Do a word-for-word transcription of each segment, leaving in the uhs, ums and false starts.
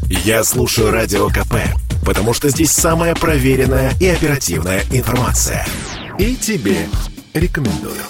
Я слушаю Радио КП, потому что здесь самая проверенная и оперативная информация. И тебе рекомендую.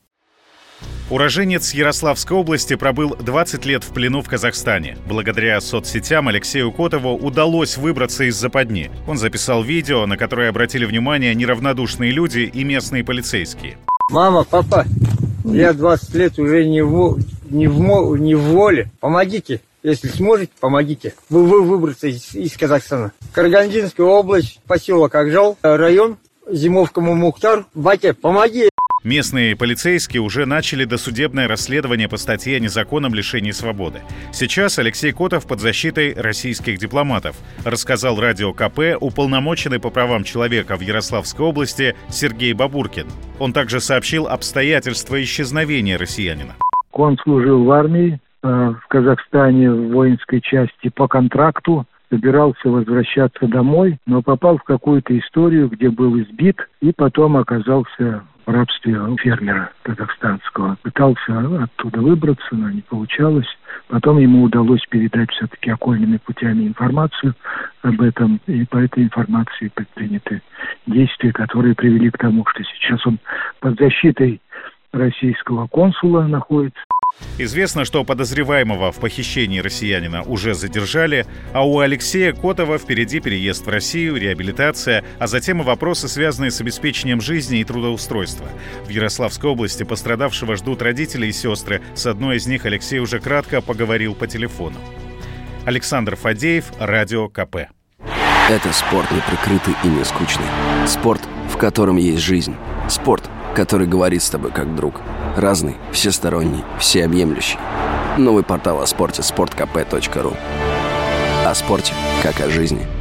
Уроженец Ярославской области пробыл двадцать лет в плену в Казахстане. Благодаря соцсетям Алексею Котову удалось выбраться из западни. Он записал видео, на которое обратили внимание неравнодушные люди и местные полицейские. Мама, папа, я двадцать лет уже не в, не в, не в воле. Помогите, если сможете, помогите. Вы, вы выбраться из, из Казахстана. Карагандинская область, поселок Акжал, район, Зимовка Мухтар. Батя, помоги. Местные полицейские уже начали досудебное расследование по статье о незаконном лишении свободы. Сейчас Алексей Котов под защитой российских дипломатов, рассказал Радио КП уполномоченный по правам человека в Ярославской области Сергей Бабуркин. Он также сообщил обстоятельства исчезновения россиянина. Он служил в армии э, в Казахстане в воинской части по контракту. Собирался возвращаться домой, но попал в какую-то историю, где был избит и потом оказался в рабстве у фермера казахстанского. Пытался оттуда выбраться, но не получалось. Потом ему удалось передать все-таки окольными путями информацию об этом, и по этой информации предприняты действия, которые привели к тому, что сейчас он под защитой российского консула находится. Известно, что подозреваемого в похищении россиянина уже задержали, а у Алексея Котова впереди переезд в Россию, реабилитация, а затем и вопросы, связанные с обеспечением жизни и трудоустройства. В Ярославской области пострадавшего ждут родители и сестры. С одной из них Алексей уже кратко поговорил по телефону. Александр Фадеев, Радио КП. Это спорт неприкрытый и не скучный. Спорт, в котором есть жизнь. Спорт, который говорит с тобой как друг. Разный, всесторонний, всеобъемлющий. Новый портал о спорте – спорт кэ пэ точка ру. О спорте, как о жизни.